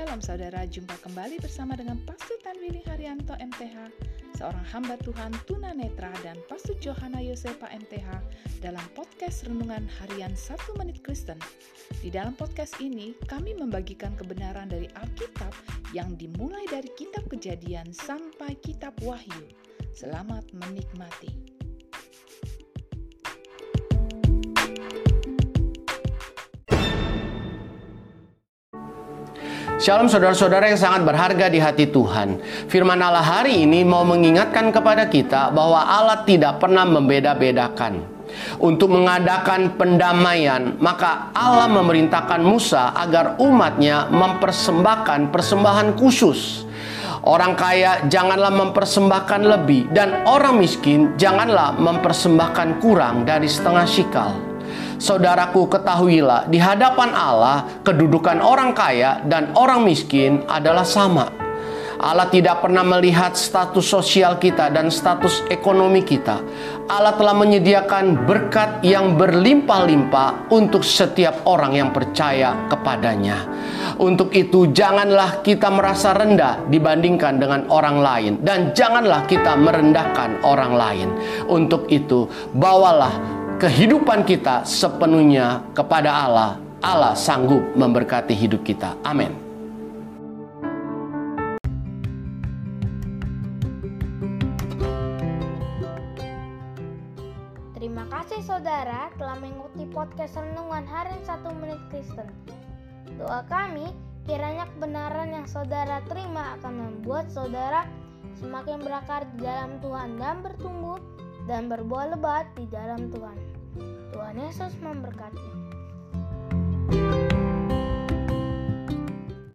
Shalom saudara, jumpa kembali bersama dengan Pastor Tanwili Haryanto MTH, seorang hamba Tuhan tunanetra, dan Pastor Johana Yosepa MTH dalam podcast Renungan Harian 1 Menit Kristen. Di dalam podcast ini, kami membagikan kebenaran dari Alkitab yang dimulai dari Kitab Kejadian sampai Kitab Wahyu. Selamat menikmati. Shalom saudara-saudara yang sangat berharga di hati Tuhan. Firman Allah hari ini mau mengingatkan kepada kita bahwa Allah tidak pernah membeda-bedakan. Untuk mengadakan pendamaian, maka Allah memerintahkan Musa agar umatnya mempersembahkan persembahan khusus. Orang kaya janganlah mempersembahkan lebih, dan orang miskin janganlah mempersembahkan kurang dari setengah shikal. Saudaraku, ketahuilah, di hadapan Allah, kedudukan orang kaya dan orang miskin adalah sama. Allah tidak pernah melihat status sosial kita dan status ekonomi kita. Allah telah menyediakan berkat yang berlimpah-limpah untuk setiap orang yang percaya kepadanya. Untuk itu, janganlah kita merasa rendah dibandingkan dengan orang lain, dan janganlah kita merendahkan orang lain. Untuk itu, bawalah kehidupan kita sepenuhnya kepada Allah. Allah sanggup memberkati hidup kita. Amin. Terima kasih saudara telah mengikuti podcast Renungan Harian 1 Menit Kristen. Doa kami, kiranya kebenaran yang saudara terima akan membuat saudara semakin berakar di dalam Tuhan dan bertumbuh dan berbuah lebat di dalam Tuhan. Tuhan Yesus memberkati.